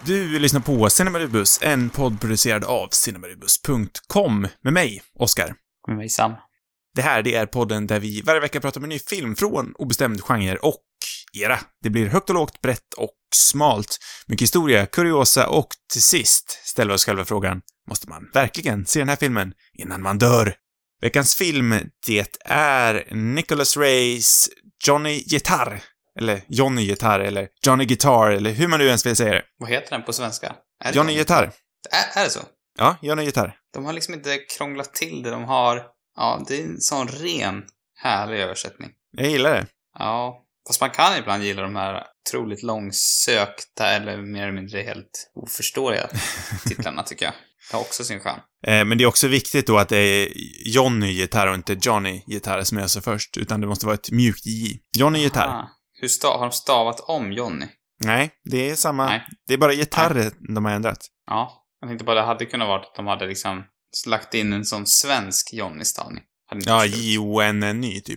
Du lyssnar på Cinemarubus, en podd producerad av cinemarubus.com med mig, Oskar. Med mig, Sam. Det är podden där vi varje vecka pratar om en ny film från obestämd genre och era. Det blir högt och lågt, brett och smalt. Mycket historia, kuriosa och till sist ställer vi oss själva frågan: måste man verkligen se den här filmen innan man dör? Veckans film, det är Nicholas Rays Johnny Guitar. Eller Johnny Guitar, eller Johnny Guitar, eller hur man nu ens vill säga det. Vad heter den på svenska? Johnny Guitar. Är det så? Ja, Johnny Guitar. De har liksom inte krånglat till det. De har... Ja, det är en sån ren, härlig översättning. Jag gillar det. Ja, fast man kan ibland gilla de här otroligt långsökta eller mer eller mindre helt oförståeliga titlarna, tycker jag. Det har också sin charm. Men det är också viktigt då att det är Johnny Gitarr och inte Johnny Gitarr som är så först, utan det måste vara ett mjukt J. Johnny Gitarr. Har de stavat om Johnny? Nej, det är samma. Nej. Det är bara gitarrer de har ändrat. Ja, jag tänkte bara det hade kunnat vara att de hade liksom lagt in en sån svensk Johnny-stavning. Ja, J-O-N-N-Y typ.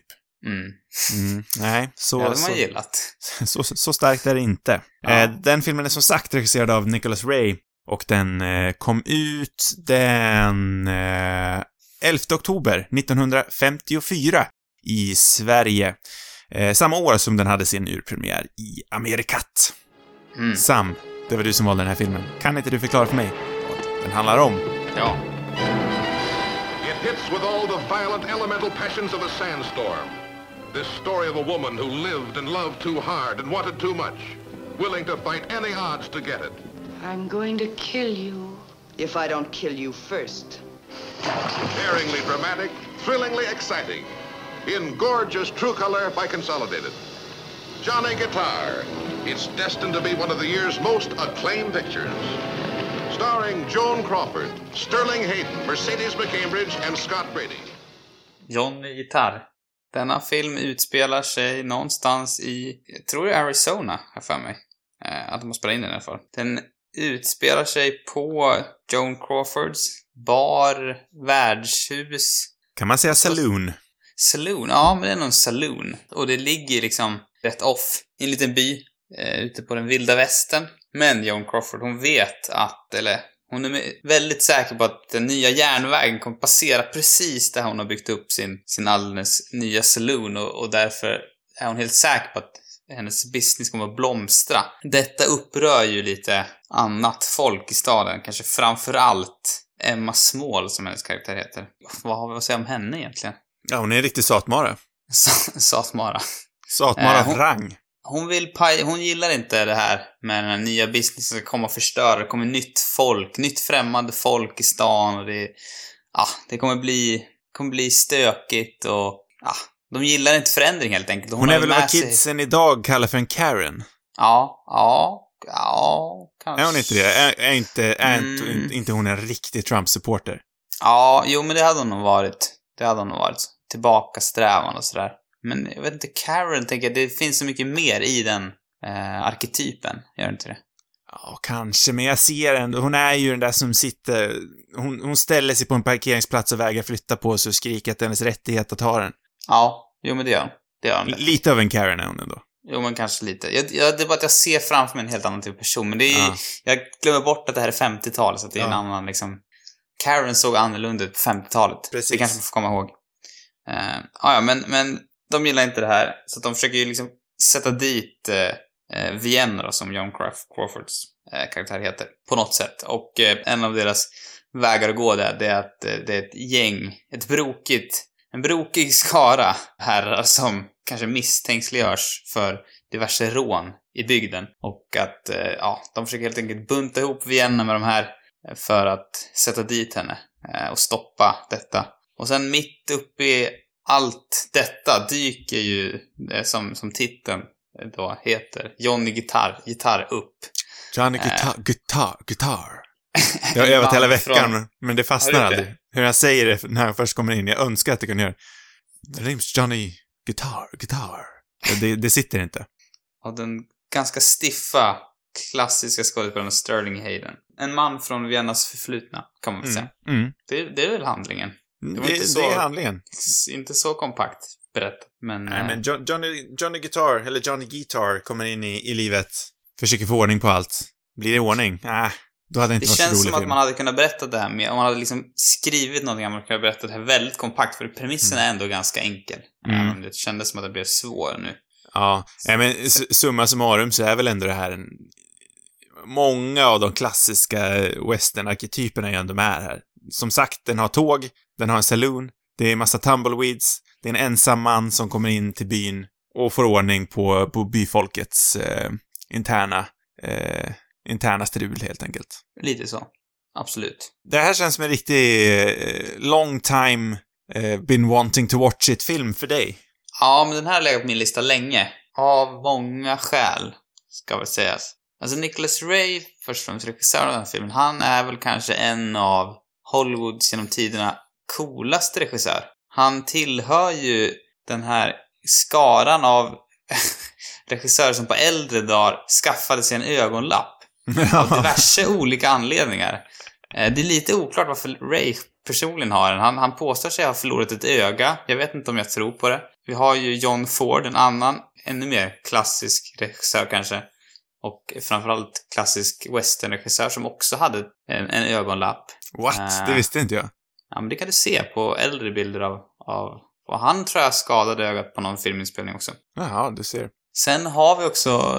Nej, så... Det hade man gillat. Så starkt är det inte. Ja. Den filmen är som sagt regisserad av Nicholas Ray. Och den kom ut den 11 oktober 1954 i Sverige. Samma år som den hade sin urpremiär i Amerikat. Sam, det var du som valde den här filmen. Kan inte du förklara för mig vad den handlar om? Ja. It hits with all the violent elemental passions of a sandstorm. This story of a woman who lived and loved too hard and wanted too much, willing to fight any odds to get it. I'm going to kill you if I don't kill you first. Daringly dramatic, thrillingly exciting. In gorgeous true color by Consolidated. Johnny Guitar. It's destined to be one of the year's most acclaimed pictures. Starring Joan Crawford, Sterling Hayden, Mercedes McCambridge and Scott Brady. Johnny Guitar. Denna film utspelar sig någonstans i, jag tror det är Arizona, här för mig. Att de har spelat in den i alla fall. Den utspelar sig på Joan Crawfords bar, värdshus. Kan man säga saloon? Saloon, ja, men det är någon saloon. Och det ligger liksom rätt off i en liten by ute på den vilda västern. Men Joan Crawford, hon vet att, eller hon är väldigt säker på att den nya järnvägen kommer passera precis där hon har byggt upp sin alldeles nya saloon. Och därför är hon helt säker på att hennes business kommer att blomstra. Detta upprör ju lite annat folk i staden. Kanske framförallt Emma Small, som hennes karaktär heter. Vad har vi att säga om henne egentligen? Ja, hon är en riktig satmara. Satmara. Satmara rang. Hon gillar inte det här med den här nya businessen som ska komma och förstöra. Det kommer nytt främmande folk i stan. Och det kommer bli stökigt och... De gillar inte förändring helt enkelt. Hon är väl vad kidsen idag kallar för en Karen? Ja, kanske. Är hon inte det? Är inte hon en riktig Trump-supporter? Ja, jo, men det hade hon nog varit. Tillbaka strävan och sådär. Men jag vet inte, Karen tänker jag, det finns så mycket mer i den arketypen. Gör inte det? Ja, kanske, men jag ser ändå, hon är ju den där som sitter... Hon ställer sig på en parkeringsplats och vägrar flytta på sig och skriker att det är hennes rättighet att ta den. Ja, jo men det gör hon. Lite av en Karen är hon ändå. Jo, men kanske lite. Det är bara att jag ser framför mig en helt annan typ av person. Men det är jag glömmer bort att det här är 50-talet, så att det är en annan liksom... Karen såg annorlunda ut på 50-talet. Precis. Det kanske man får komma ihåg. Men de gillar inte det här. Så att de försöker ju liksom sätta dit Vienna då, som Joan Crawfords karaktär heter. På något sätt. Och en av deras vägar att gå där, det är att det är ett gäng. En brokig skara herrar som kanske misstänkliggörs för diverse rån i bygden. Och att de försöker helt enkelt bunta ihop Vienna med de här för att sätta dit henne och stoppa detta. Och sen mitt uppe i allt detta dyker ju det som titeln då heter, Johnny Gitarr upp. Johnny Guitar. Jag har övat hela veckan, men det fastnar aldrig. Hur jag säger det när jag först kommer in. Jag önskar att det kunde göra. The name's Johnny Guitar. Det sitter inte. Och den ganska stiffa, klassiska skådespelaren Sterling Hayden. En man från Viennas förflutna, kan man väl säga. Det är väl handlingen. Det är handlingen. Inte så kompakt berättat. Men Johnny Guitar, eller Johnny Guitar, kommer in i livet. Försöker få ordning på allt. Blir det i ordning? Då hade det inte Det varit så känns rolig som att film. man hade kunnat berätta det här med, om man hade liksom skrivit någonting, man hade kunnat berätta det här väldigt kompakt, för premissen är ändå ganska enkel. Det kändes som att det blev svår nu. Ja, men summa summarum så är väl ändå det här många av de klassiska western-arketyperna är ändå med här. Som sagt, den har tåg, den har en saloon, det är massa tumbleweeds, det är en ensam man som kommer in till byn och får ordning på byfolkets interna strul helt enkelt. Lite så. Absolut. Det här känns som en riktig long time been wanting to watch it-film för dig. Ja, men den här har legat på min lista länge. Av många skäl, ska väl sägas. Alltså Nicholas Ray, först och främst regissör av den här filmen, han är väl kanske en av Hollywoods genom tiderna coolaste regissör. Han tillhör ju den här skaran av regissörer som på äldre dagar skaffade sig en ögonlapp. Av diverse olika anledningar. Det är lite oklart varför Ray personligen har den. Han påstår sig ha förlorat ett öga. Jag vet inte om jag tror på det. Vi har ju John Ford, en annan, ännu mer klassisk regissör kanske. Och framförallt klassisk westernregissör som också hade en ögonlapp. What? Det visste inte jag. Ja, men det kan du se på äldre bilder av och han tror jag skadade ögat på någon filminspelning också. Jaha, du ser. Sen har vi också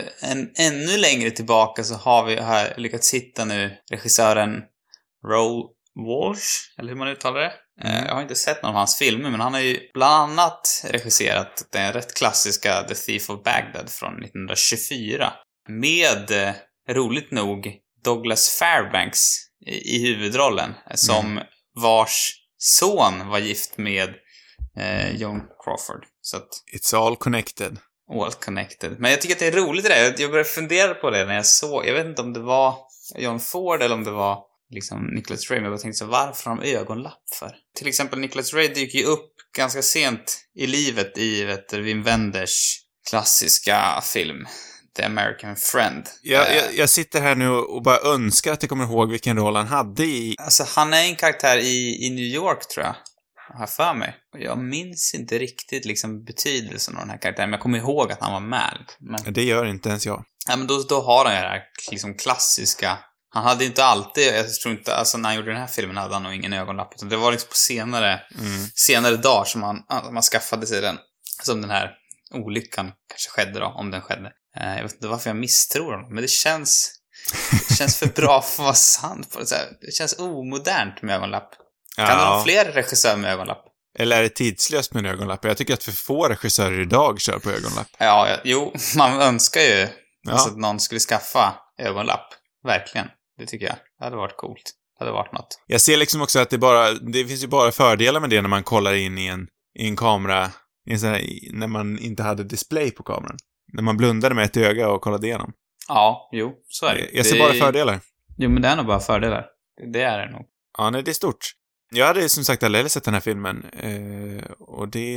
ännu längre tillbaka så har vi här lyckats hitta nu regissören Raoul Walsh, eller hur man uttalar det. Jag har inte sett någon av hans filmer, men han har ju bland annat regisserat den rätt klassiska The Thief of Baghdad från 1924 med, roligt nog, Douglas Fairbanks i huvudrollen som vars son var gift med Joan Crawford. Så att It's all connected. All connected. Men jag tycker att det är roligt det där. Jag började fundera på det när jag såg. Jag vet inte om det var John Ford eller om det var liksom Nicholas Ray. Men jag tänkte så, varför har de ögonlapp för? Till exempel Nicholas Ray dyker ju upp ganska sent i livet i Wim Wenders klassiska film The American Friend. Jag sitter här nu och bara önskar att jag kommer ihåg vilken roll han hade i... Alltså han är en karaktär i New York, tror jag. Här för mig. Och jag minns inte riktigt liksom betydelsen av den här karaktären. Men jag kommer ihåg att han var med. Men... Det gör inte ens jag. Ja, men då har han ju det här liksom klassiska. Han hade inte alltid, jag tror inte, alltså när han gjorde den här filmen hade han nog ingen ögonlapp. Utan det var liksom på senare dagar som man skaffade sig den. Som den här olyckan kanske skedde då, om den skedde. Jag vet inte varför jag misstror honom, men det känns för bra för att vara sant på det. Så här, det känns omodernt med ögonlapp. Kan det vara fler regissörer med ögonlapp? Eller är det tidslöst med en ögonlapp? Jag tycker att för få regissörer idag kör på ögonlapp. Jo, man önskar ju alltså att någon skulle skaffa ögonlapp. Verkligen, det tycker jag. Det hade varit coolt. Det hade varit något. Jag ser liksom också att det finns ju bara fördelar med det när man kollar in i en kamera, när man inte hade display på kameran. När man blundade med ett öga och kollade igenom. Ja, jo, så är det. Jag ser bara fördelar. Jo, men det är nog bara fördelar. Det är det nog. Ja, nej, det är stort. Jag hade som sagt aldrig sett den här filmen. Och det...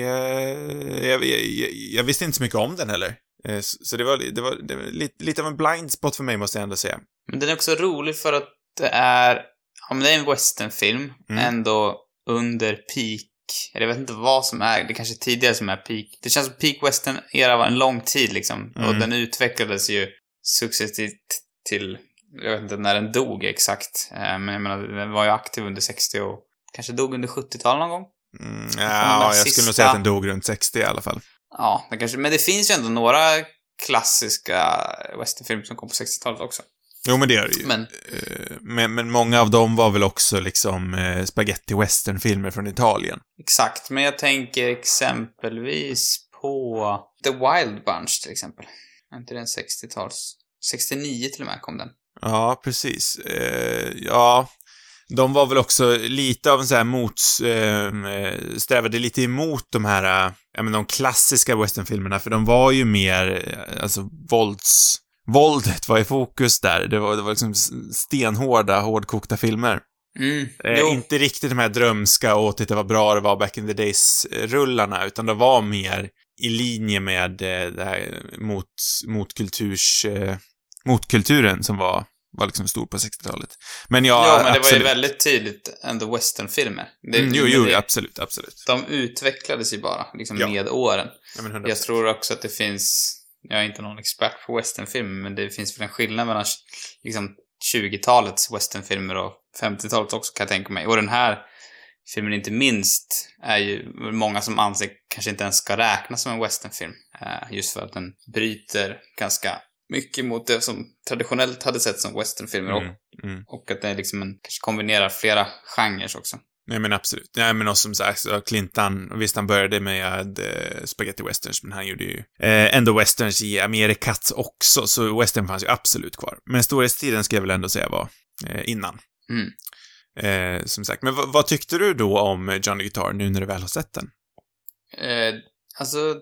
Jag visste inte så mycket om den heller. Så det var lite av en blind spot för mig, måste jag ändå säga. Men den är också rolig för att det är... Ja, men det är en westernfilm. Ändå under peak. Eller jag vet inte vad som är. Det kanske tidigare som är peak. Det känns som peak western-era var en lång tid liksom. Och den utvecklades ju successivt till... Jag vet inte när den dog exakt. Men jag menar, den var ju aktiv under 60 och kanske dog under 70-talet någon gång. Ja, jag skulle nog säga att den dog runt 60 i alla fall. Ja, det kanske, men det finns ju ändå några klassiska westernfilmer som kom på 60-talet också. Jo, men det är det ju. Men många av dem var väl också liksom spaghetti westernfilmer från Italien. Exakt, men jag tänker exempelvis på The Wild Bunch till exempel. Är inte den 60-tals? 69 till och med kom den. Ja, precis. Ja, de var väl också lite av en så här strävade lite emot de här, de klassiska westernfilmerna, för de var ju mer, alltså våldet var i fokus där. Det var liksom stenhårda, hårdkokta filmer. Inte riktigt de här drömska och titta vad bra det var back in the days-rullarna, utan det var mer i linje med det här motkulturen som var liksom stor på 60-talet. Men men det absolut. Var ju väldigt tydligt ändå westernfilmer. Absolut. De utvecklades ju bara liksom med åren. Ja, jag tror också att det finns jag är inte någon expert på westernfilmer, men det finns väl en skillnad mellan liksom 20-talets westernfilmer och 50-talet också, kan jag tänka mig. Och den här filmen inte minst är ju många som anser kanske inte ens ska räknas som en westernfilm. Just för att den bryter ganska mycket mot det som traditionellt hade sett som westernfilmer. Och att det liksom kanske kombinerar flera genrer också. Nej, men absolut. Nej, men också som sagt, Clinton, visst han började med spaghetti westerns, men han gjorde ju ändå westerns i Amerikat också, så western fanns ju absolut kvar. Men storhetstiden ska jag väl ändå säga var innan. Som sagt, men vad tyckte du då om Johnny Guitar nu när du väl har sett den? Alltså,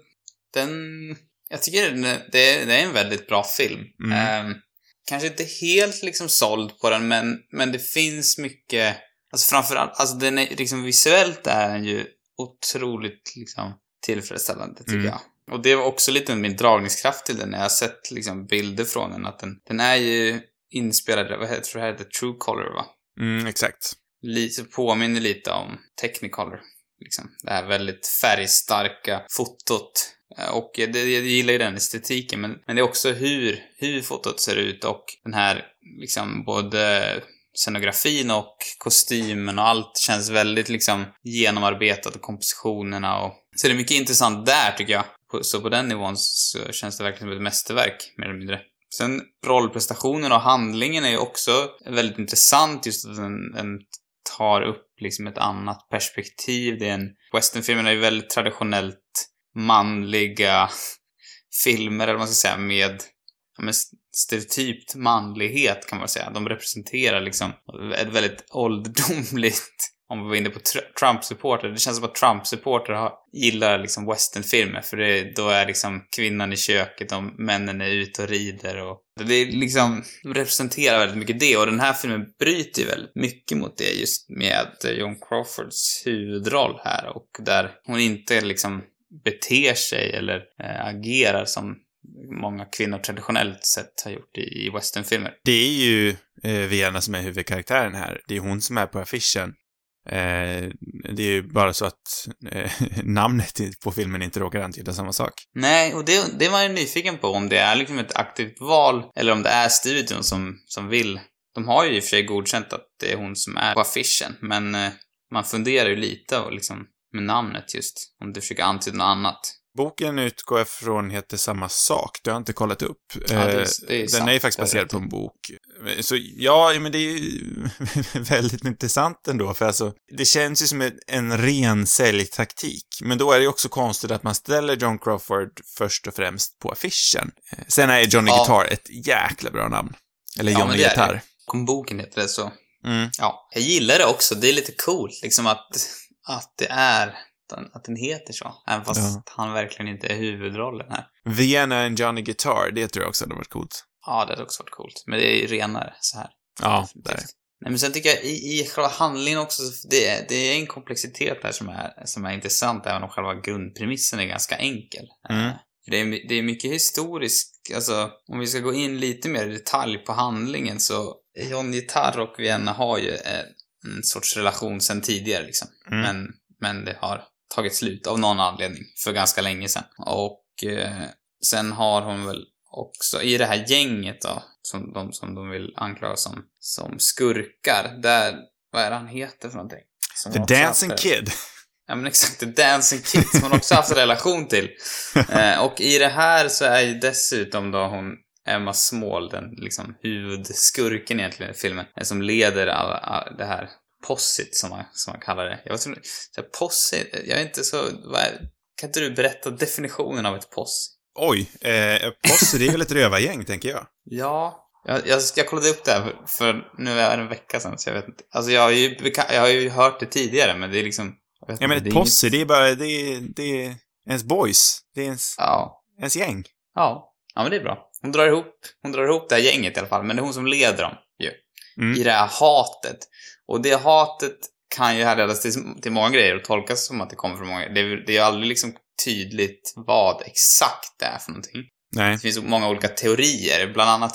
jag tycker det är en väldigt bra film. Kanske inte helt liksom såld på den, men det finns mycket, alltså framförallt, alltså den är liksom visuellt är den ju otroligt liksom tillfredsställande tycker jag. Och det var också lite min dragningskraft till den när jag har sett liksom bilder från den, att den är ju inspelad, vad heter det här, True Color, va? Exakt. Lite påminner lite om Technicolor liksom. Det här väldigt färgstarka fotot. Och jag gillar ju den estetiken, men det är också hur fotot ser ut och den här liksom både scenografin och kostymen och allt känns väldigt liksom genomarbetat, och kompositionerna, och så det är mycket intressant där tycker jag. Så på den nivån så känns det verkligen som ett mästerverk mer eller mindre. Sen rollprestationen och handlingen är ju också väldigt intressant, just att den tar upp liksom ett annat perspektiv. Det är westernfilmen är ju väldigt traditionellt manliga filmer, eller vad man ska säga, med stereotypt manlighet kan man säga. De representerar liksom ett väldigt ålderdomligt, om vi var inne på Trump-supporter. Det känns som att Trump-supporter gillar liksom westernfilmer, för då är liksom kvinnan i köket och männen är ute och rider, och det är liksom, de representerar väldigt mycket det, och den här filmen bryter ju väldigt mycket mot det, just med Joan Crawfords huvudroll här, och där hon inte liksom beter sig eller agerar som många kvinnor traditionellt sett har gjort i westernfilmer. Det är ju Vienna som är huvudkaraktären här. Det är hon som är på affischen. Det är ju bara så att namnet på filmen inte råkar antyda samma sak. Nej, och det var jag nyfiken på, om det är liksom ett aktivt val eller om det är studion som vill. De har ju i och för sig godkänt att det är hon som är på affischen, men man funderar ju lite och liksom med namnet just, om du försöker antyda något annat. Boken utgår jag från heter samma sak. Du har inte kollat upp. Ja, det är den sant, är ju faktiskt baserad på en bok. Så ja, men det är ju väldigt intressant ändå. För alltså, det känns ju som en ren säljtaktik. Men då är det ju också konstigt att man ställer Joan Crawford först och främst på affischen. Sen är Johnny Guitar ett jäkla bra namn. Eller Johnny Guitar. Om boken heter det så. Ja, jag gillar det också. Det är lite coolt liksom att det är, att den heter så. Även fast han verkligen inte är huvudrollen här. Vienna and Johnny Guitar, det tror jag också hade varit coolt. Ja, det hade också varit coolt. Men det är ju renare så här. Ja, det är. Nej, men sen tycker jag i själva handlingen också, det är en komplexitet här som är intressant, även om själva grundpremissen är ganska enkel. Det är mycket historiskt. Alltså, om vi ska gå in lite mer i detalj på handlingen, så Johnny Guitar och Vienna har ju en sorts relation sedan tidigare liksom. Men det har tagit slut av någon anledning för ganska länge sedan. Och sen har hon väl också i det här gänget då, som de vill anklaga som skurkar, där, vad är det han heter för någonting? The Dancing Kid. Ja, men exakt, The Dancing Kid, som hon också haft en relation till. Och i det här så är ju dessutom då hon Emma Small, den liksom huvudskurken egentligen i filmen, som leder det här possit som man kallar det. Jag tror så possit, jag är inte så, kan inte du berätta definitionen av ett posse? Oj, posse, det är väl ett rövargäng, tänker jag. Ja, jag kollade upp det här för nu är det en vecka sedan, så jag vet inte. Alltså jag har ju hört det tidigare, men det är liksom, ja, men ett posse, det är bara det är ens boys, det är ens gäng. Ja, men det är bra. Hon drar ihop det här gänget i alla fall, men det är hon som leder dem ju. I det här hatet. Och det hatet kan ju härledas till många grejer och tolkas som att det kommer från många. Det är ju aldrig liksom tydligt vad exakt det är för någonting. Nej. Det finns många olika teorier. Bland annat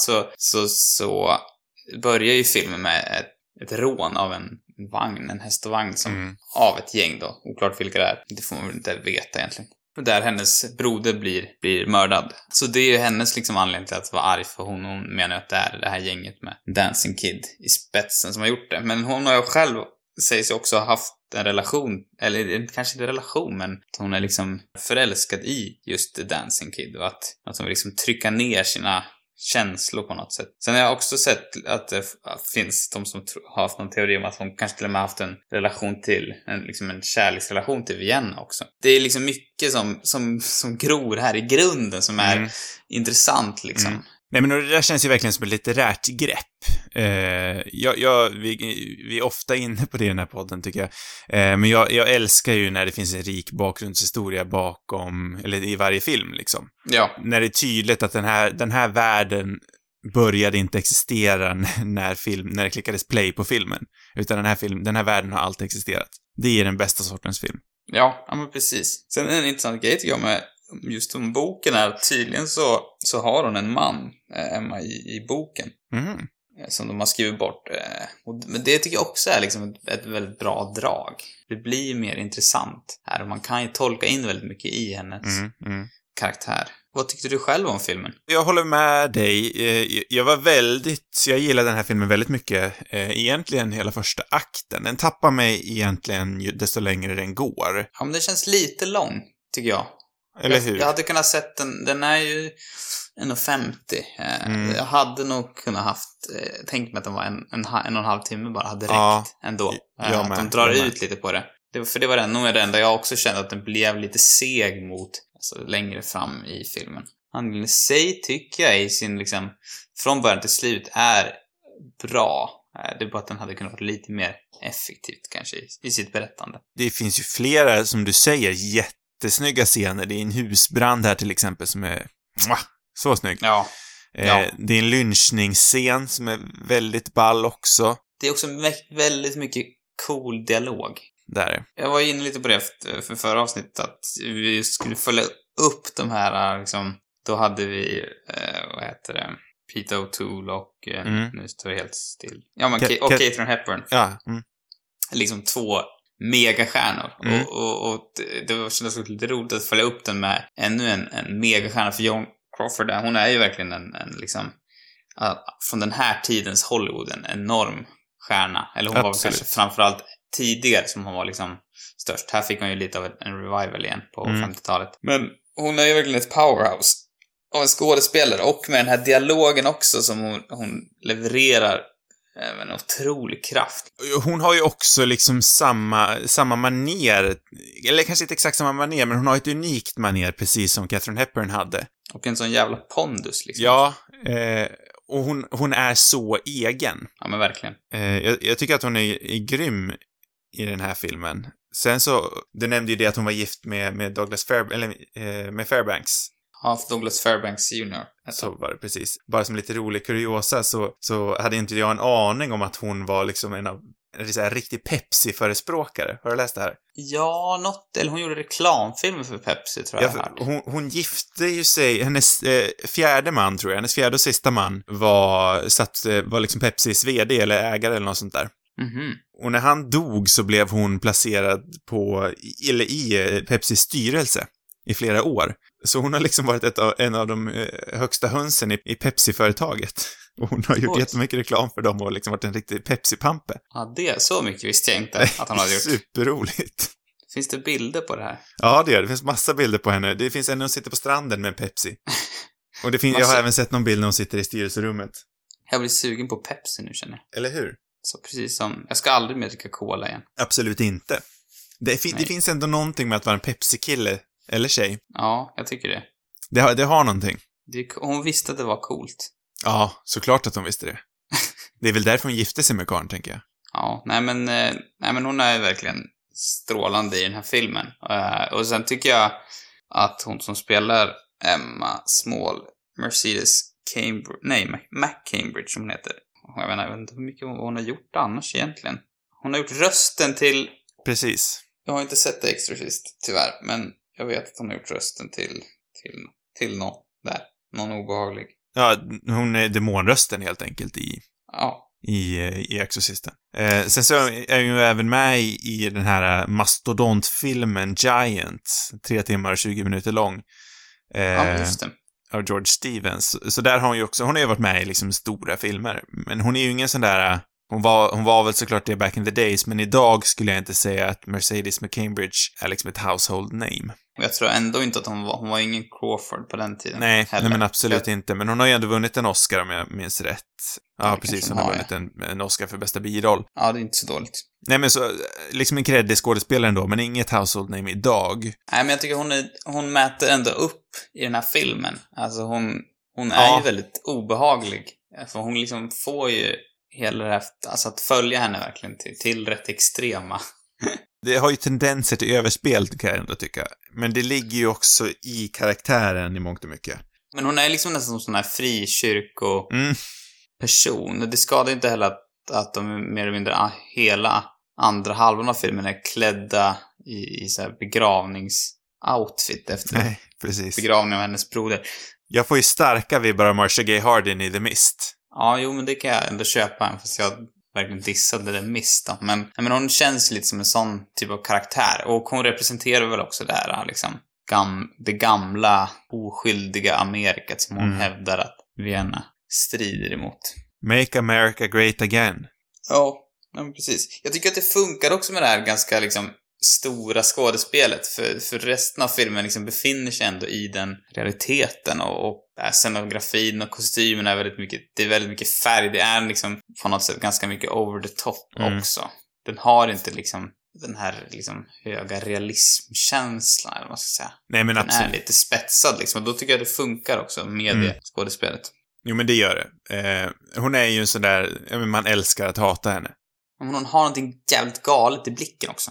så börjar ju filmen med ett rån av en häst och vagn av ett gäng då. Oklart vilka det är. Det får man väl inte veta egentligen. där hennes broder blir mördad. Så det är ju hennes liksom anledning till att vara arg, för hon menar att det är det här gänget med Dancing Kid i spetsen som har gjort det. Men hon har ju själv, sägs ju också ha haft en relation, eller kanske inte relation, men att hon är liksom förälskad i just The Dancing Kid, och att hon vill liksom trycka ner sina känslor på något sätt. Sen har jag också sett att det finns de som har haft någon teori om att hon kanske till och med haft en relation till en kärleksrelation till Vienna också. Det är liksom mycket som gror här i grunden som är intressant liksom. Nej, men det där känns ju verkligen som ett litterärt grepp. Vi är ofta inne på det i den här podden, tycker jag. Men jag älskar ju när det finns en rik bakgrundshistoria bakom, eller i varje film liksom. Ja. När det är tydligt att den här världen började inte existera när det klickades play på filmen. Utan den här världen har alltid existerat. Det är den bästa sortens film. Ja, men precis. Sen en intressant grej tycker jag med just om boken är att tydligen så har hon en man, Emma, i boken. Som de har skrivit bort. Men det tycker jag också är liksom ett väldigt bra drag. Det blir mer intressant här, och man kan ju tolka in väldigt mycket i hennes karaktär. Vad tyckte du själv om filmen? Jag håller med dig. Jag gillade den här filmen väldigt mycket. Egentligen hela första akten. Den tappar mig egentligen desto längre den går. Ja, men det känns lite lång, tycker jag. Eller hur? Jag hade kunnat sett den är ju 1:50. Jag hade nog kunnat tänkt mig att den var en och en halv timme bara hade räckt ändå. Att de drar ut lite på det. För det var nog det enda jag också kände, att den blev lite seg mot, alltså längre fram i filmen. Handlingen i sig tycker jag i sin liksom från början till slut är bra. Det är bara att den hade kunnat vara lite mer effektivt kanske i sitt berättande. Det finns ju flera, som du säger, jättesnygga scener. Det är en husbrand här till exempel som är så snygg. Ja. Det är en lynchningsscen som är väldigt ball också. Det är också väldigt mycket cool dialog. Där. Jag var inne lite på det för förra avsnittet, att vi skulle följa upp de här liksom, då hade vi Pete O'Toole och nu står det helt still. Ja, men och Katharine Hepburn. Ja. Liksom 2 megastjärnor. Och det kändes lite roligt att följa upp den med ännu en megastjärna, för Joan Crawford. Hon är ju verkligen en liksom från den här tidens Hollywood en enorm stjärna. Eller hon var kanske framförallt tidigare som hon var liksom störst. Här fick hon ju lite av en revival igen på 50-talet. Men hon är ju verkligen ett powerhouse av en skådespelare, och med den här dialogen också som hon levererar med en otrolig kraft. Hon har ju också liksom samma manér, eller kanske inte exakt samma manér, men hon har ett unikt manér, precis som Katharine Hepburn hade. Och en sån jävla pondus liksom. Ja, och hon är så egen. Ja, men verkligen. Jag tycker att hon är grym i den här filmen. Sen så, du nämnde ju det att hon var gift med Douglas med Fairbanks. Ja, Douglas Fairbanks Jr. Så var det precis. Bara som lite rolig kuriosa så hade inte jag en aning om att hon var liksom en riktig Pepsi-förespråkare. Har du läst det här? Ja, eller hon gjorde reklamfilmer för Pepsi, tror jag. Ja, hon gifte ju sig, hennes fjärde man, tror jag, hennes fjärde och sista man var liksom Pepsis vd eller ägare eller något sånt där. Och när han dog så blev hon placerad i Pepsis styrelse i flera år. Så hon har liksom varit en av de högsta hönsen i Pepsi-företaget. Och hon har gjort jättemycket reklam för dem och liksom varit en riktig Pepsi-pampe. Ja, det är så mycket visste jag inte att han hade gjort. Superroligt. Finns det bilder på det här? Ja, det finns massa bilder på henne. Det finns en när hon sitter på stranden med en Pepsi. Och jag har även sett någon bild när hon sitter i styrelserummet. Jag blir sugen på Pepsi nu, känner jag. Eller hur? Så precis som, jag ska aldrig mer dricka cola igen. Absolut inte. Det finns ändå någonting med att vara en Pepsi-kille eller tjej. Ja, jag tycker det. Det har någonting. Hon visste att det var coolt. Ja, såklart att hon visste det. Det är väl därför hon gifte sig med karln, tänker jag. Ja, nej men hon är verkligen strålande i den här filmen. Och sen tycker jag att hon som spelar Emma Small, Mercedes McCambridge som hon heter. Jag vet inte hur mycket hon har gjort annars egentligen. Hon har gjort rösten till... Precis. Jag har inte sett The Exorcist, tyvärr. Men jag vet att hon har gjort rösten till någon där. Någon obehaglig. Ja, hon är demonrösten helt enkelt i Exorcisten. Sen så är hon ju även med i den här mastodontfilmen Giant, 3 timmar och 20 minuter lång. Ja, just det. Av George Stevens. Så där har hon ju också, hon har ju varit med i liksom stora filmer. Men hon är ju ingen sån där, hon var väl såklart det back in the days, men idag skulle jag inte säga att Mercedes McCambridge är liksom ett household name. Jag tror ändå inte att hon var ingen Crawford på den tiden. Nej men absolut inte. Men hon har ju ändå vunnit en Oscar om jag minns rätt. Ja, precis. Hon har vunnit en Oscar för bästa biroll. Ja, det är inte så dåligt. Nej, men så, liksom en kreddig skådespelare ändå, men inget household name idag. Nej, men jag tycker hon mäter ändå upp i den här filmen. Alltså hon är ju väldigt obehaglig. För hon liksom får ju hela det här, alltså att följa henne verkligen till rätt extrema. Det har ju tendenser till överspel, kan jag ändå tycka. Men det ligger ju också i karaktären i mångt och mycket. Men hon är liksom nästan som sån här frikyrko-person. Det skadar inte heller att de mer eller mindre hela andra halvan av filmen är klädda i så här begravningsoutfit efter begravningen av hennes broder. Jag får ju starka vibbar av Marcia Gay Harden i The Mist. Ja, jo, men det kan jag ändå köpa, fast jag verkligen dissade The Mist då. Men hon känns lite som en sån typ av karaktär. Och hon representerar väl också det här liksom det gamla, oskyldiga Amerikat som hon hävdar att Vienna strider emot. Make America Great Again. Ja, men precis. Jag tycker att det funkar också med det här ganska liksom stora skådespelet. För resten av filmen liksom befinner sig ändå i den realiteten. Och scenografin och kostymen är väldigt mycket färg. Det är liksom på något sätt ganska mycket over the top också. Den har inte liksom den här liksom höga realismkänslan, eller vad man ska säga. Nej, men den absolut. är lite spetsad liksom. Och då tycker jag det funkar också med det skådespelet. Jo, men det gör det. Hon är ju en sån där, man älskar att hata henne. Men hon har någonting jävligt galet i blicken också.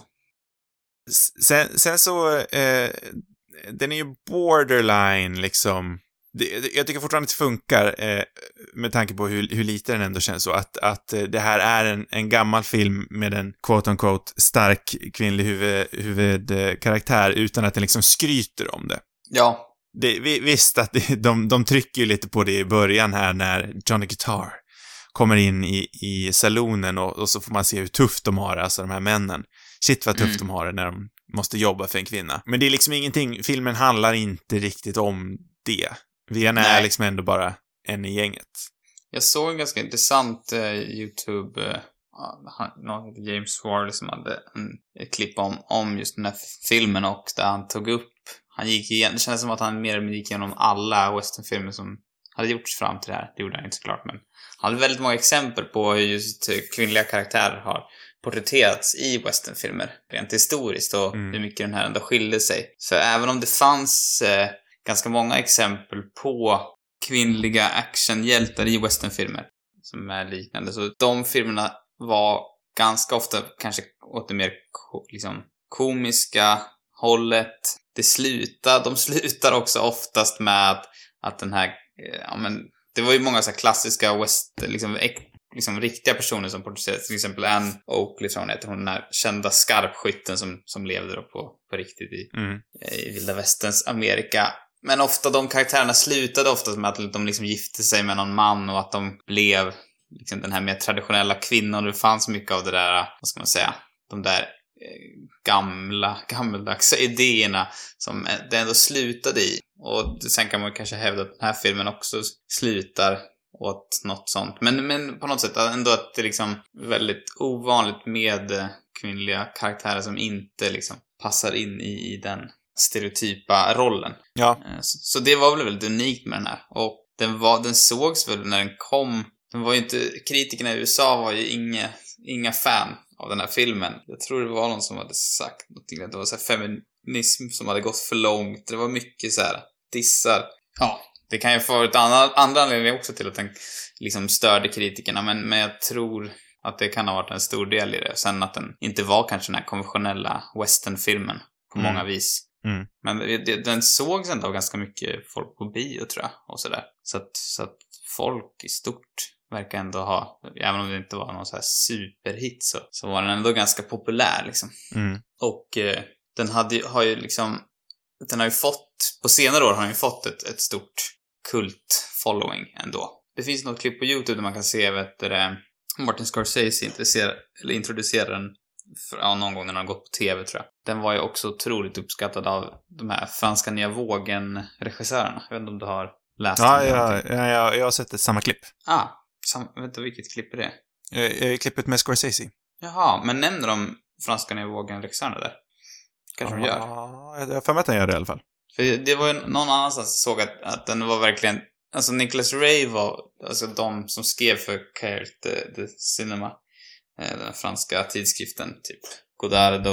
Sen så, den är ju borderline liksom. Jag tycker fortfarande att det funkar med tanke på hur lite den ändå känns så. Att det här är en gammal film med en quote-unquote stark kvinnlig huvudkaraktär utan att den liksom skryter om det. Ja. Visst att de trycker ju lite på det i början här när Johnny Guitar kommer in i salonen och så får man se hur tufft de har, alltså de här männen. Shit vad tufft de har det när de måste jobba för en kvinna. Men det är liksom ingenting, filmen handlar inte riktigt om det. Vienna är liksom ändå bara en i gänget. Jag såg en ganska intressant YouTube, någon heter James Ward som hade ett klipp om just den här filmen, och där han tog upp, han gick igen, det kändes som att han mer eller mindre gick igenom alla westernfilmer som hade gjorts fram till det här. Det gjorde han inte såklart, men han hade väldigt många exempel på hur just kvinnliga karaktärer har porträtterats i westernfilmer rent historiskt och hur mycket den här ändå skilde sig. Så även om det fanns ganska många exempel på kvinnliga actionhjältar i westernfilmer som är liknande, så de filmerna var ganska ofta kanske åt det mer liksom komiska hållet. De slutar också oftast med att den här det var ju många så här klassiska liksom riktiga personer som porträtterades, till exempel Anne Oakley tror hon heter, hon den här kända skarpskytten som levde då på riktigt i vilda västerns Amerika. Men ofta de karaktärerna slutade oftast med att de liksom gifte sig med någon man och att de blev liksom den här mer traditionella kvinnan. Det fanns mycket av det där, vad ska man säga, de där gammaldags idéerna som det ändå slutade i. Och sen kan man kanske hävda att den här filmen också slutar åt något sånt. Men på något sätt ändå att det är liksom väldigt ovanligt med kvinnliga karaktärer som inte liksom passar in i den stereotypa rollen. Ja. Så det var väl väldigt unikt med den här. Och den sågs väl när den kom. Den var ju inte, kritikerna i USA var ju inga fan av den här filmen. Jag tror det var någon som hade sagt någonting, att det var så här feminism som hade gått för långt. Det var mycket så här dissar. Ja, det kan ju få ett andra anledning också till att den liksom störde kritikerna, men jag tror att det kan ha varit en stor del i det. Sen att den inte var kanske den här konventionella westernfilmen på många vis. Men den sågs ändå ganska mycket folk på bio, tror jag, och sådär. Så att folk i stort verkar ändå ha, även om det inte var någon så här superhit, så var den ändå ganska populär liksom. Och den har ju liksom, den har ju fått, på senare år har den ju fått ett stort kult-following ändå. Det finns något klipp på YouTube där man kan se Martin Scorsese introducerade den någon gång när den har gått på tv, tror jag. Den var ju också otroligt uppskattad av de här franska nya vågen-regissörerna. Jag vet inte om du har läst den. Jag har sett samma klipp. Vänta, vilket klipp är det? Klippet med Scorsese. Jaha, men nämner de franska nya vågen-regissörerna där? Kanske de gör. Ja, jag har för mig att den gör det i alla fall. För det var ju någon annanstans som såg att den var verkligen... Alltså Nicholas Ray var... Alltså de som skrev för Cahiers de Cinema, den franska tidskriften, typ Godard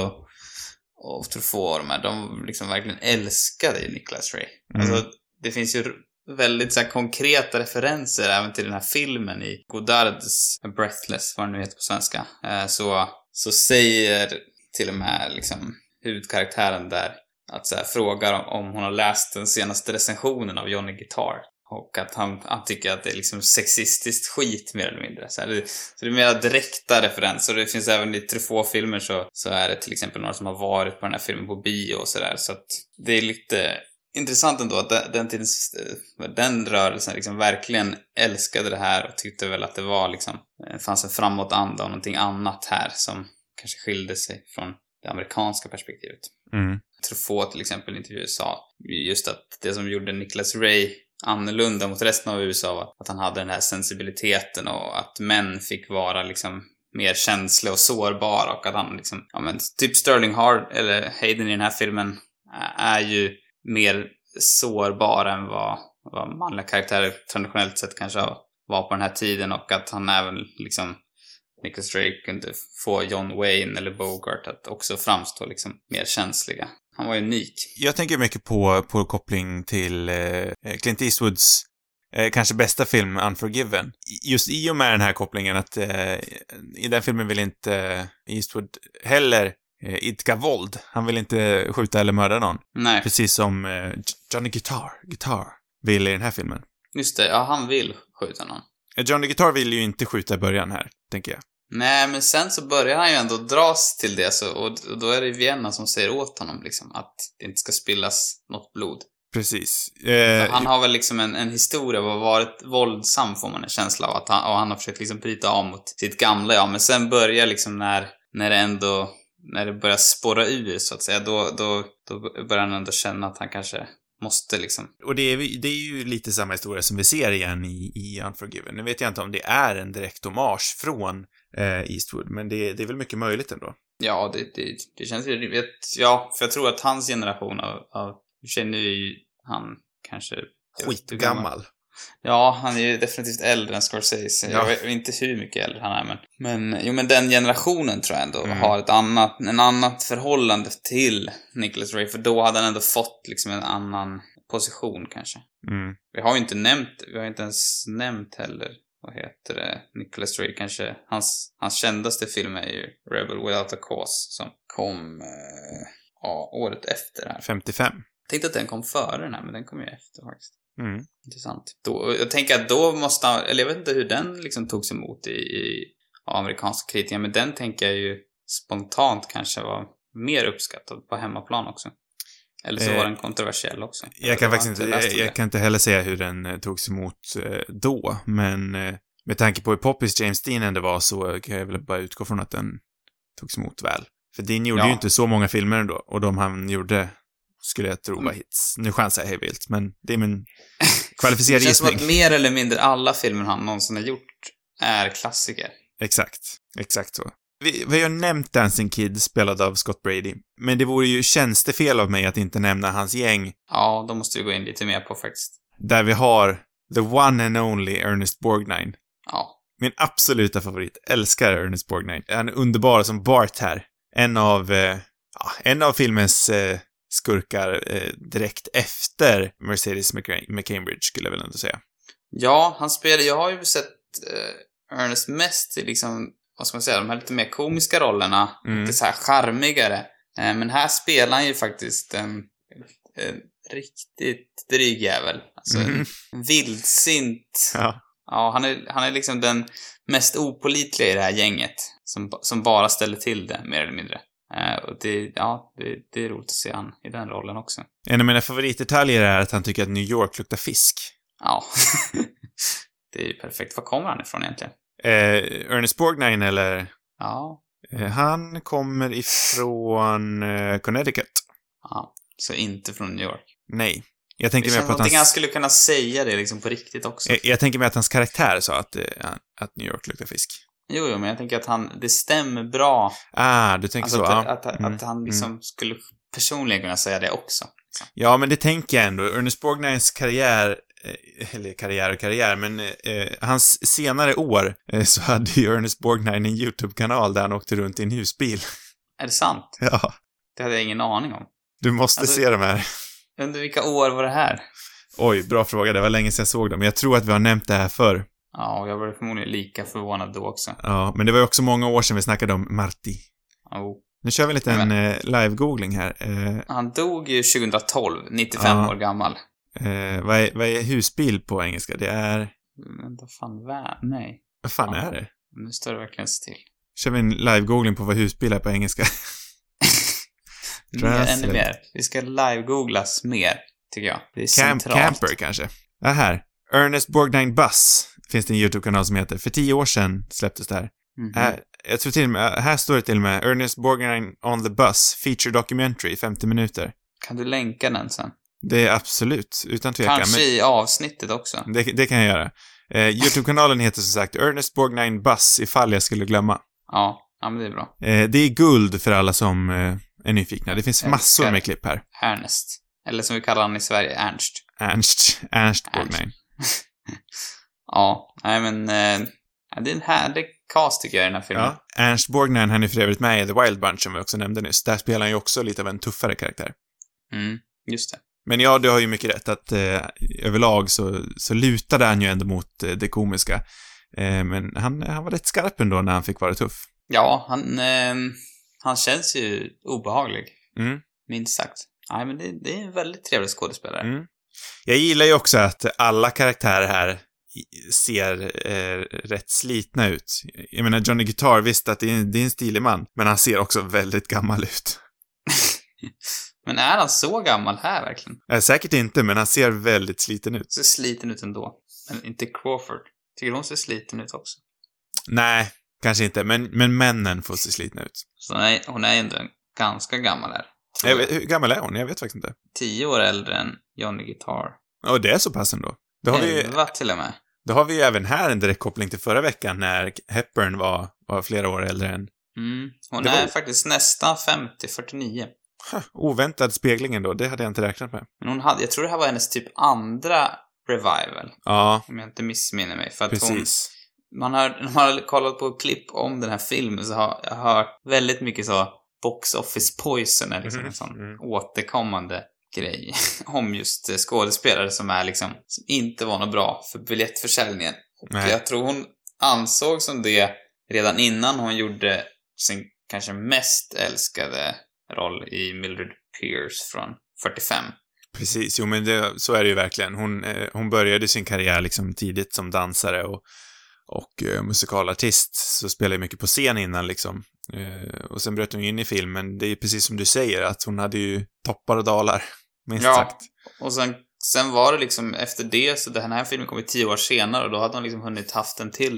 och Truffaut och de här, de liksom verkligen älskade Nicholas Ray. Alltså det finns ju väldigt så här konkreta referenser även till den här filmen i Godards Breathless, vad det nu heter på svenska. Så säger till och med liksom huvudkaraktären där att så här, frågar om hon har läst den senaste recensionen av Johnny Guitar. Och att han tycker att det är liksom sexistiskt skit mer eller mindre. Så det är mer direkta referenser. Och det finns även i Truffaut-filmer så är det till exempel några som har varit på den här filmen på bio och sådär. Så att det är lite intressant ändå att den rörelsen liksom verkligen älskade det här. Och tyckte väl att det var liksom, fanns en framåtanda och någonting annat här som kanske skilde sig från det amerikanska perspektivet. Truffaut till exempel i intervjuer sa just att det som gjorde Nicholas Ray annorlunda mot resten av USA var att han hade den här sensibiliteten och att män fick vara liksom mer känsliga och sårbara och att han liksom, typ Sterling eller Hayden i den här filmen är ju mer sårbar än vad manliga karaktärer traditionellt sett kanske var på den här tiden, och att han även liksom Nicholas Ray kunde få John Wayne eller Bogart att också framstå liksom mer känsliga. Han var unik. Jag tänker mycket på koppling till Clint Eastwoods kanske bästa film, Unforgiven. Just i och med den här kopplingen att i den filmen vill inte Eastwood heller idka våld. Han vill inte skjuta eller mörda någon. Nej. Precis som Johnny Guitar vill i den här filmen. Just det, ja, han vill skjuta någon. Johnny Guitar vill ju inte skjuta i början här, tänker jag. Nej, men sen så börjar han ju ändå dras till det, och då är det Vienna som säger åt honom liksom att det inte ska spillas något blod. Precis. Han har väl liksom en historia av att ha varit våldsam, får man en känsla av, och han har försökt liksom bryta av mot sitt gamla, men sen börjar liksom när det börjar spåra ur så att säga, då börjar han ändå känna att han kanske måste liksom. Och det är ju lite samma historia som vi ser igen i Unforgiven. Nu vet jag inte om det är en direkt hommage från Eastwood, men det är väl mycket möjligt ändå. Ja, det känns ju, ja, för jag tror att hans generation av nu är ju han kanske skitgammal. Ja, han är ju definitivt äldre än Scorsese. Ja. Jag vet inte hur mycket äldre han är, men den generationen tror jag ändå har en annat förhållande till Nicholas Ray, för då hade han ändå fått liksom en annan position kanske. Vi har inte ens nämnt heller, vad heter det, Nicholas Ray kanske, hans kändaste film är ju Rebel Without a Cause som kom året efter här. 55. Jag tänkte att den kom före den här, men den kom ju efter faktiskt. Intressant. Jag tänker att då måste han, eller jag vet inte hur den liksom togs emot i amerikanska kritiker, men den tänker jag ju spontant kanske var mer uppskattad på hemmaplan också. Eller så var den kontroversiell också. Jag kan inte heller säga hur den togs emot då, men med tanke på hur poppis James Dean ändå var, så kan jag väl bara utgå från att den togs emot väl. För Dean gjorde ju inte så många filmer ändå, och de han gjorde skulle jag tro var hits. Nu chansar jag hejvilt, men det är min kvalificerade gissning. Det känns som att mer eller mindre alla filmer han någonsin har gjort är klassiker. Exakt så. Vi har nämnt Dancing Kid, spelad av Scott Brady. Men det vore ju tjänstefel av mig att inte nämna hans gäng. Ja, då måste vi gå in lite mer på faktiskt. Där vi har the one and only Ernest Borgnine. Ja. Min absoluta favorit. Älskar Ernest Borgnine. Han är underbar som Bart här. En av filmens skurkar direkt efter Mercedes McCambridge, skulle jag väl ändå säga. Ja, han spelar... Jag har ju sett Ernest mest i liksom, vad ska man säga, de här lite mer komiska rollerna. Lite så här charmigare. Men här spelar han ju faktiskt en riktigt dryg jävel. Alltså en vildsint. Ja. Ja, han är liksom den mest opålitliga i det här gänget. Som bara ställer till det, mer eller mindre. Och det är roligt att se han i den rollen också. En av mina favoritdetaljer är att han tycker att New York luktar fisk. Ja. Det är ju perfekt. Var kommer han ifrån egentligen? Ernest Borgnine eller? Ja. Han kommer ifrån Connecticut. Ja, så inte från New York. Nej. Jag tänker det mer känns på att någonting han skulle kunna säga det liksom på riktigt också. Jag tänker mig att hans karaktär sa att New York luktar fisk. Jo, men jag tänker att det stämmer bra. Du tänker alltså så. Att han liksom skulle personligen kunna säga det också. Så. Ja, men det tänker jag ändå. Ernest Borgnines karriär, eller karriär, men hans senare år så hade ju Ernest Borgnine en YouTube-kanal där han åkte runt i en husbil. Är det sant? Ja. Det hade jag ingen aning om. Du måste se de här. Under vilka år var det här? Oj, bra fråga. Det var länge sedan jag såg dem. Jag tror att vi har nämnt det här förr. Ja, och jag var förmodligen lika förvånad då också. Ja, men det var ju också många år sedan vi snackade om Marty. Oh. Nu kör vi en liten live-googling här. Han dog ju 2012, 95 år gammal. Vad är husbil på engelska? Det är... Vänta, nej. Vad fan är det? Nu står det verkligen still. Kör vi en live-googling på vad husbil är på engelska? Ännu mer. Vi ska live-googlas mer, tycker jag. Det är centralt. Camper kanske. Här. Ernest Borgnine Bus finns det en YouTube-kanal som heter. För 10 år sedan släpptes det här. Jag tror till och med, här står det till och med Ernest Borgnine on the Bus Feature Documentary, 50 minuter. Kan du länka den sen? Det är absolut, utan tvekan. Kanske i avsnittet också. Det kan jag göra. YouTube-kanalen heter som sagt Ernest Borgnine Bus, ifall jag skulle glömma. Ja, men det är bra. Det är guld för alla som är nyfikna. Det finns massor med klipp här. Ernest. Eller som vi kallar han i Sverige, Ernst Borgnine. Ja, nej men det är en härlig cast tycker jag i den här filmen. Ja, Ernst Borgnine, han är för övrigt med i The Wild Bunch som vi också nämnde nyss. Där spelar han ju också lite av en tuffare karaktär. Just det. Men ja, du har ju mycket rätt att överlag så lutade han ju ändå mot det komiska. Men han var rätt skarp ändå när han fick vara tuff. Ja, han känns ju obehaglig. Minst sagt. Nej, men det är en väldigt trevlig skådespelare. Jag gillar ju också att alla karaktärer här ser rätt slitna ut. Jag menar, Johnny Guitar, visst att det är en stilig man, men han ser också väldigt gammal ut. Men är han så gammal här verkligen? Säkert inte, men han ser väldigt sliten ut. Ser sliten ut ändå. Men inte Crawford. Tycker hon ser sliten ut också? Nej, kanske inte, men männen får se slitna ut. Så hon är ändå ganska gammal här. Hur gammal är hon? Jag vet faktiskt inte. 10 år äldre än Johnny Guitar. Och det är så pass ändå. Då till och med. Då har vi ju även här en direkt koppling till förra veckan när Hepburn var flera år äldre än... Hon är faktiskt nästan 50, 49. Oväntad speglingen då, det hade jag inte räknat med. Men jag tror det här var hennes typ andra revival. Ja. Om jag inte missminner mig. För att precis. När man har kollat på klipp om den här filmen så har jag hört väldigt mycket så box office poison är liksom en sån återkommande grej om just skådespelare som är liksom som inte var något bra för biljettförsäljningen. Och jag tror hon ansåg som det redan innan hon gjorde sin kanske mest älskade roll i Mildred Pierce från 45. Precis, jo men så är det ju verkligen. Hon började sin karriär liksom tidigt som dansare och musikalartist, så spelade mycket på scen innan liksom. Och sen bröt hon in i filmen. Det är precis som du säger, att hon hade ju toppar och dalar, minst sagt. Och sen var det liksom efter det, så den här filmen kom 10 år senare och då hade hon liksom hunnit haft en till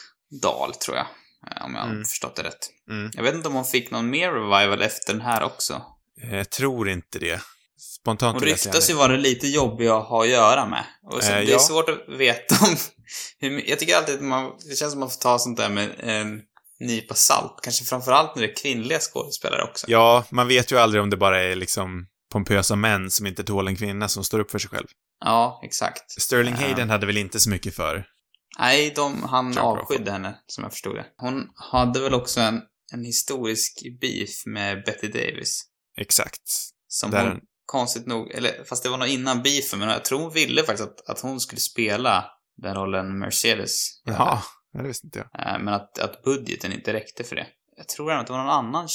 dal, tror jag. Om jag har förstått det rätt. Jag vet inte om hon fick någon mer revival efter den här också. Jag tror inte det. Spontant. Hon ryktas ju vara lite jobbig att ha att göra med. Och så det är svårt att veta om jag tycker alltid att det känns som att man får ta sånt där med en nypa salt. Kanske framförallt när det är kvinnliga skådespelare också. Ja, man vet ju aldrig om det bara är liksom pompösa män som inte tål en kvinna som står upp för sig själv. Ja, exakt. Sterling Hayden hade väl inte så mycket för. Nej, han avskydde henne, som jag förstod det. Hon hade väl också en historisk beef med Betty Davis. Exakt. Som hon, konstigt nog, eller fast det var nog innan beefen, men jag tror hon ville faktiskt att hon skulle spela den rollen Mercedes. Jaha, det visste inte jag. Men att budgeten inte räckte för det. Jag tror att det var någon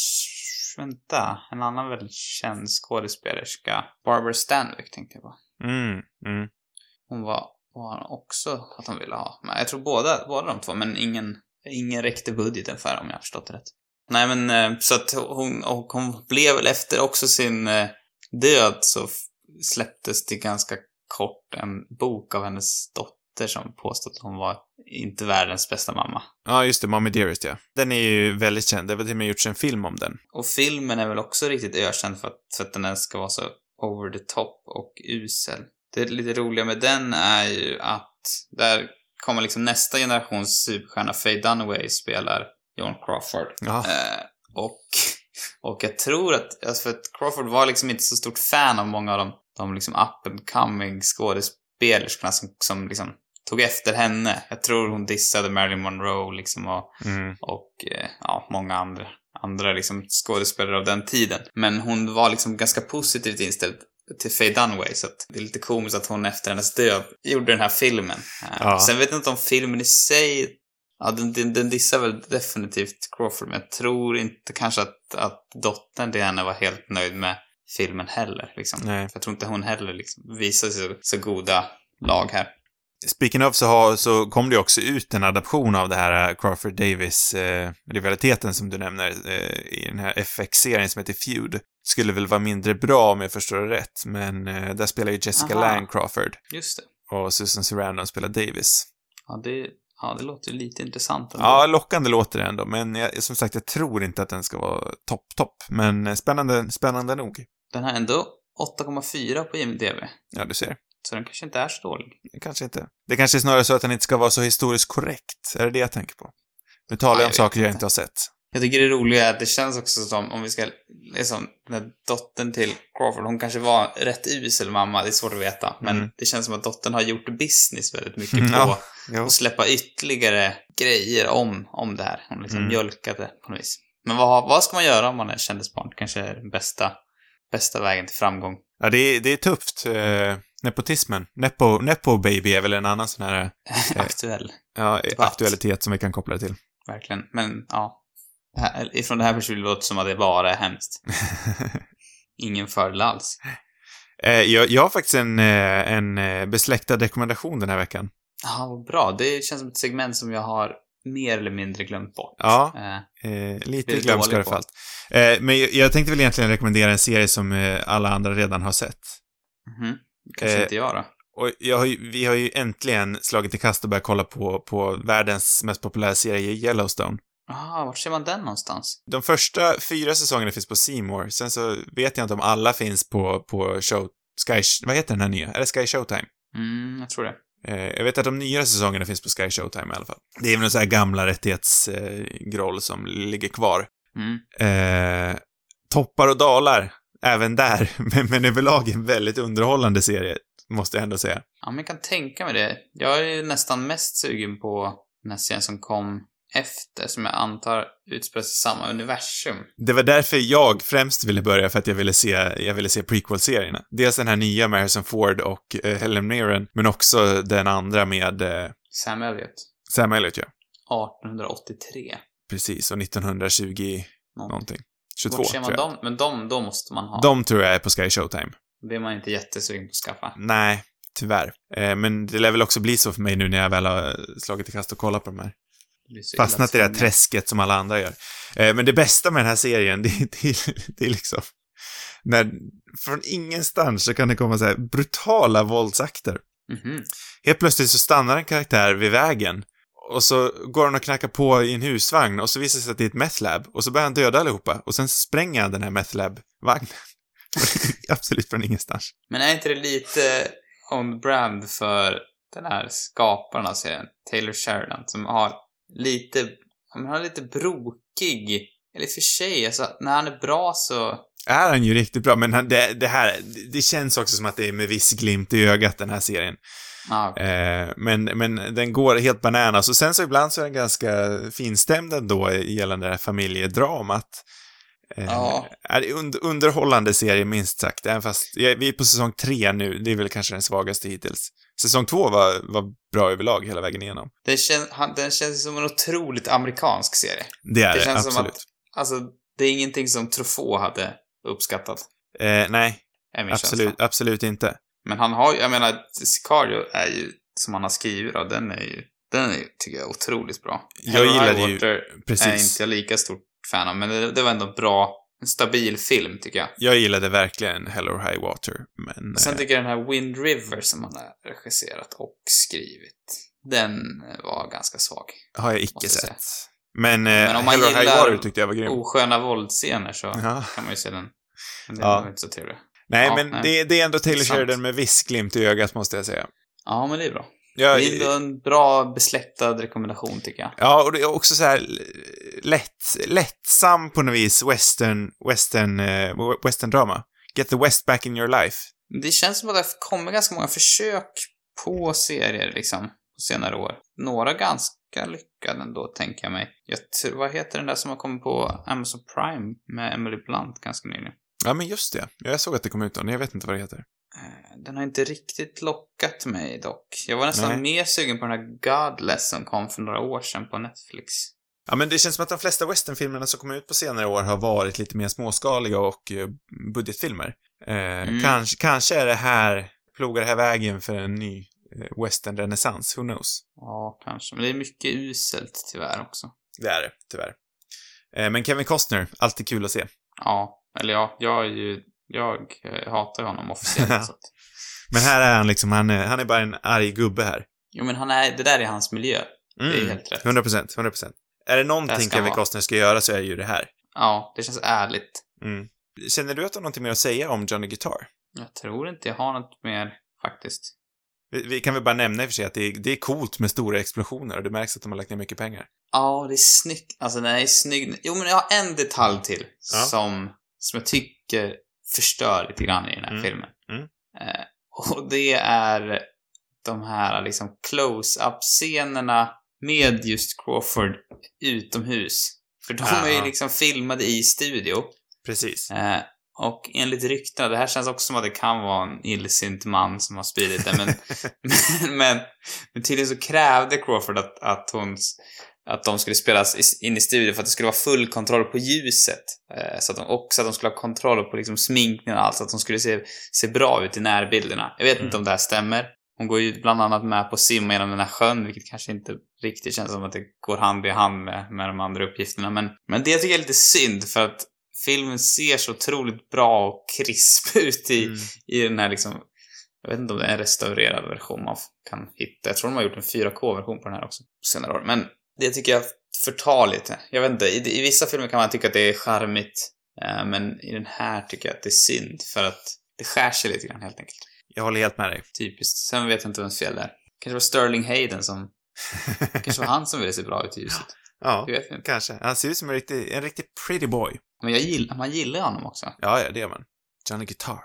annan, en annan väldigt känd skådespelerska. Barbara Stanwyck tänkte jag på. Hon var också att hon ville ha. Men jag tror båda de två, men ingen räckte budgeten för, om jag har förstått det rätt. Nej, men så att hon blev väl efter också sin död, så släpptes det ganska kort en bok av hennes dotter dotter som påstod att hon var inte världens bästa mamma. Ja, just det, Mommy Dearest, ja. Den är ju väldigt känd. Det har till och med gjorts en film om den. Och filmen är väl också riktigt ökänd för att den ska vara så over the top och usel. Det lite roliga med den är ju att där kommer liksom nästa generations superstjärna Faye Dunaway spelar Joan Crawford. Ja. Och jag tror att, alltså för att Crawford var liksom inte så stort fan av många av de liksom up and coming skådespelerskorna som liksom tog efter henne. Jag tror hon dissade Marilyn Monroe liksom och många andra liksom skådespelare av den tiden. Men hon var liksom ganska positivt inställd till Faye Dunaway, så att det är lite komiskt att hon efter hennes död gjorde den här filmen. Sen vet jag inte om filmen i sig, den dissar väl definitivt Crawford, men jag tror inte kanske att dottern till henne var helt nöjd med filmen heller liksom. För jag tror inte hon heller liksom visade sig så goda lag här. Speaking of så kom det också ut en adaption av det här Crawford Davis rivaliteten som du nämner i den här FX-serien som heter Feud. Skulle väl vara mindre bra om jag förstår det rätt, men där spelar ju Jessica Lange Crawford. Just det. Och Susan Sarandon spelar Davis. Ja, det låter ju lite intressant ändå. Ja, lockande låter det ändå, men som sagt, jag tror inte att den ska vara topp. Men spännande nog. Den har ändå 8,4 på IMDb. Ja, du ser. Så den kanske inte är så dålig. Kanske inte. Det kanske är snarare så att den inte ska vara så historiskt korrekt. Är det jag tänker på? Nu talar jag om saker jag inte har sett. Jag tycker det roliga är att det känns också som, om vi ska, liksom, den här dottern till Crawford, hon kanske var rätt usel mamma, det är svårt att veta. Men det känns som att dottern har gjort business väldigt mycket på att släppa ytterligare grejer om det här. Hon liksom mjölkade på något vis. Men vad ska man göra om man är kändisbarn? Kanske är den bästa vägen till framgång. Ja, det är tufft. Nepotismen. Nepo baby är väl en annan sån här aktualitet som vi kan koppla till. Verkligen. Men ja, ifrån det här perspektivet låter som att det bara är hemskt. Ingen fördel alls. Jag har faktiskt en besläktad rekommendation den här veckan. Ja, vad bra. Det känns som ett segment som jag har mer eller mindre glömt bort. Ja, lite glömska i alla fall. Men jag tänkte väl egentligen rekommendera en serie som alla andra redan har sett. Kanske inte jag då. Och vi har ju äntligen slagit i kast och börjat kolla på världens mest populära serie, Yellowstone. Vart ser man den någonstans? De första 4 säsongerna finns på C More. Sen så vet jag inte om alla finns på Sky... Vad heter den här nya? Är det Sky Showtime? Jag tror det. Jag vet att de nya säsongerna finns på Sky Showtime i alla fall. Det är väl en sån här gamla rättighetsgroll som ligger kvar. Toppar och dalar även där. Men överlag en väldigt underhållande serie, måste jag ändå säga. Ja, men jag kan tänka mig det. Jag är ju nästan mest sugen på den här serien som kom efter, som jag antar utspelar sig i samma universum. Det var därför jag främst ville börja, för att jag ville se prequel-serierna. Dels den här nya med Harrison Ford och Helen Mirren, men också den andra med Sam Elliott. Sam Elliott, ja. 1883. Precis, och 1920 någonting. 22, tror jag. Dem? Men de måste man ha. De tror jag är på Sky Showtime. Det är man inte jättesugen på att skaffa. Nej, tyvärr. Men det lär väl också bli så för mig nu när jag väl har slagit i kast och kollat på de här. Fastnat i det här träsket som alla andra gör. Men det bästa med den här serien, det är liksom... Från ingenstans så kan det komma så här brutala våldsakter. Helt plötsligt så stannar en karaktär vid vägen. Och så går han och knackar på i en husvagn. Och så visar det sig att det är ett methlab. Och så börjar han döda allihopa. Och sen spränger han den här methlab-vagnen. Absolut från ingenstans. Men är inte det lite on brand för den här skaparen av serien, Taylor Sheridan, som har lite brokig, eller för sig, alltså när han är bra så är han ju riktigt bra, men det känns också som att det är med viss glimt i ögat, den här serien. Okay. Men den går helt bananas, och sen så ibland så är den ganska finstämd ändå gällande det här familjedramat. Är underhållande serie minst sagt, även fast vi är på säsong 3 nu. Det är väl kanske den svagaste hittills. Säsong 2 var bra överlag hela vägen igenom. Den känns som en otroligt amerikansk serie. Det känns absolut. Som att, alltså, det är ingenting som Truffaut hade uppskattat. Nej, absolut inte. Men han har, jag menar, Sicario är ju, som han har skrivit då, den är ju, tycker jag, otroligt bra. Jag gillar det ju, precis. Är inte jag lika stort fan av, men det var ändå bra en stabil film, tycker jag. Jag gillade verkligen Hell or High Water, men... Sen tycker jag den här Wind River som han har regisserat och skrivit, den var ganska svag. Har jag icke säga. sett. Men om man Hell or High gillar Water tyckte jag var grym. osköna våldscener så Ja. kan man ju se den. Men det Ja. var inte så trevligt. Nej, Ja, men nej. det är ändå Taylor Sant. Sheridan med viss glimt i ögat, måste jag säga. Ja, men det är bra. Jag, Det är ändå en bra besläktad rekommendation, tycker jag. ja, och det är också så här lättsam på något vis western-drama. Get the West back in your life. Det känns som att det kommer ganska många försök på serier, liksom, på senare år. Några ganska lyckade ändå, tänker jag mig. Vad heter den där som har kommit på Amazon Prime med Emily Blunt ganska nyligen? Ja, men just det. Jag såg att det kom ut någon. Jag vet inte vad det heter. Den har inte riktigt lockat mig dock. Jag var nästan mer sugen på den här Godless som kom för några år sedan på Netflix. Ja, men det känns som att de flesta westernfilmerna som kommer ut på senare år har varit lite mer småskaliga och budgetfilmer. Kanske är det här, plogar det här vägen för en ny western-renässans. Who knows? Ja, kanske. Men det är mycket uselt tyvärr också. Det är det, tyvärr. Men Kevin Costner, alltid kul att se. Ja, eller ja, jag hatar honom officiellt. Så att... Men här är han liksom, han är bara en arg gubbe här. Jo, men det där är hans miljö. Det är helt rätt. 100%. Är det någonting Kevin Costner ska göra så är det ju det här. Ja, det känns ärligt. Känner du att du har någonting mer att säga om Johnny Guitar? Jag tror inte jag har något mer, faktiskt. Vi kan väl bara nämna i och för sig att det är coolt med stora explosioner och det märks att de har lagt ner mycket pengar. Ja, det är snyggt. Alltså, det är snyggt. Jo, men jag har en detalj till som jag tycker förstör lite grann i den här filmen. Och det är de här liksom close-up-scenerna med just Crawford utomhus. För de är ju liksom filmade i studio. Precis. Och enligt ryktena, det här känns också som att det kan vara en illsint man som har spridit det, men tydligen så krävde Crawford att de skulle spelas in i studion för att det skulle vara full kontroll på ljuset. Så att de skulle ha kontroll på liksom sminkningen och allt, så att de skulle se bra ut i närbilderna. Jag vet inte om det här stämmer. Hon går ju bland annat med på att simma genom den här sjön, vilket kanske inte riktigt känns som att det går hand i hand med de andra uppgifterna. Men det tycker jag är lite synd, för att filmen ser så otroligt bra och krisp ut i den här liksom... Jag vet inte om det är en restaurerad version man kan hitta. Jag tror de har gjort en 4K-version på den här också på senare år. Men det tycker jag förtar lite. Jag vet inte, i vissa filmer kan man tycka att det är charmigt. Men i den här tycker jag att det är synd, för att det skär sig lite grann helt enkelt. Jag håller helt med dig. Typiskt. Sen vet jag inte vems fel det är. Kanske var Sterling Hayden som... kanske var han som ville se bra ut i ljuset. Ja, jag vet inte. Kanske. Han ser ut som en riktig pretty boy. Men man gillar honom också. Ja, det gör man. Johnny Guitar.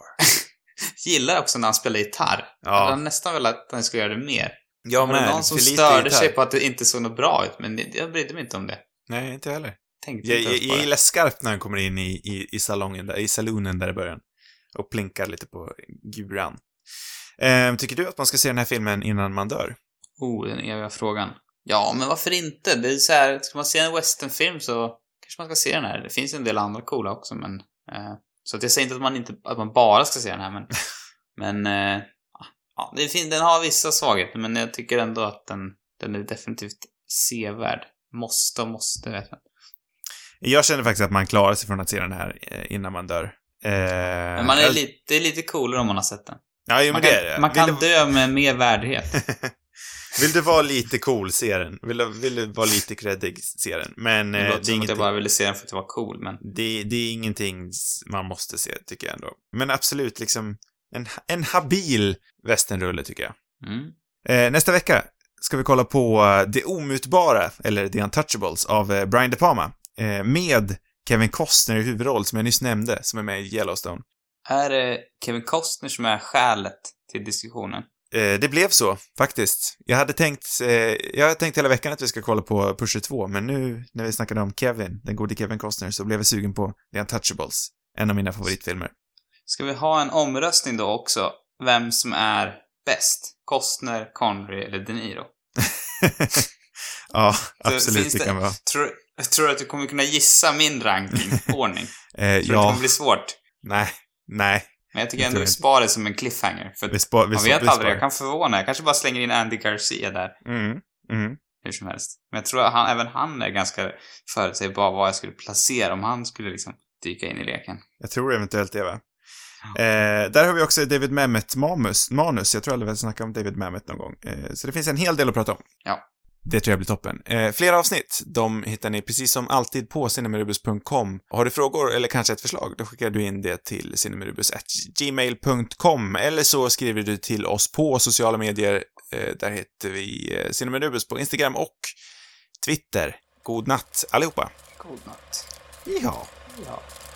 Gillar också när han spelar gitarr. Ja. Jag hade nästan velat att han skulle göra det mer. Ja, men någon som störde sig på att det inte såg något bra ut, men jag brydde mig inte om det. Nej, inte heller. Jag gillar skarpt när han kommer in i salongen där, i salonen där i början. Och plinkar lite på guran. Tycker du att man ska se den här filmen innan man dör? Den eviga frågan. Ja, men varför inte? Det är så här, ska man se en westernfilm så kanske man ska se den här. Det finns en del andra coola också, men... så att jag säger inte att man bara ska se den här, men ja, den har vissa svagheter, men jag tycker ändå att den är definitivt sevärd. Måste, vet jag. Jag känner faktiskt att man klarar sig från att se den här innan man dör. Men det är lite coolare om man har sett den. Ja, jo, Man kan dö med mer värdighet. Vill du vara lite cool, se den. Vill du vara lite creddig, se den. Men det låter som att jag bara ville se den för att det var cool, men... Det är ingenting man måste se, tycker jag ändå. Men absolut, liksom en habil westernrulle, tycker jag. Nästa vecka ska vi kolla på Det omutbara, eller The Untouchables, av Brian De Palma. Med Kevin Costner i huvudroll, som jag nyss nämnde, som är med i Yellowstone. Är det Kevin Costner som är skälet till diskussionen? Det blev så, faktiskt. Jag hade tänkt hela veckan att vi ska kolla på Pusher 2, men nu när vi snackade om den gode Kevin Costner, så blev jag sugen på The Untouchables, en av mina favoritfilmer. Ska vi ha en omröstning då också? Vem som är bäst? Costner, Connery eller De Niro? Ja, absolut, det kan vara. Tror du att du kommer kunna gissa min rankingordning? Tror du att det kommer bli svårt? Nej. Men jag tycker ändå vi sparar det som en cliffhanger. För man vet aldrig, jag kan förvåna. Jag kanske bara slänger in Andy Garcia där. Hur som helst. Men jag tror att även han är ganska förutsägbar vad jag skulle placera om han skulle liksom dyka in i leken. Jag tror eventuellt det, va? Där har vi också David Mamet manus. Jag tror aldrig vi har snackat om David Mamet någon gång. Så det finns en hel del att prata om. Ja. Det tror jag blir toppen. Flera avsnitt, de hittar ni precis som alltid på cinemarubus.com. Har du frågor eller kanske ett förslag, då skickar du in det till cinemarubus@gmail.com, eller så skriver du till oss på sociala medier. Där heter vi Cinemarubus på Instagram och Twitter. God natt allihopa. God natt. Ja. Ja.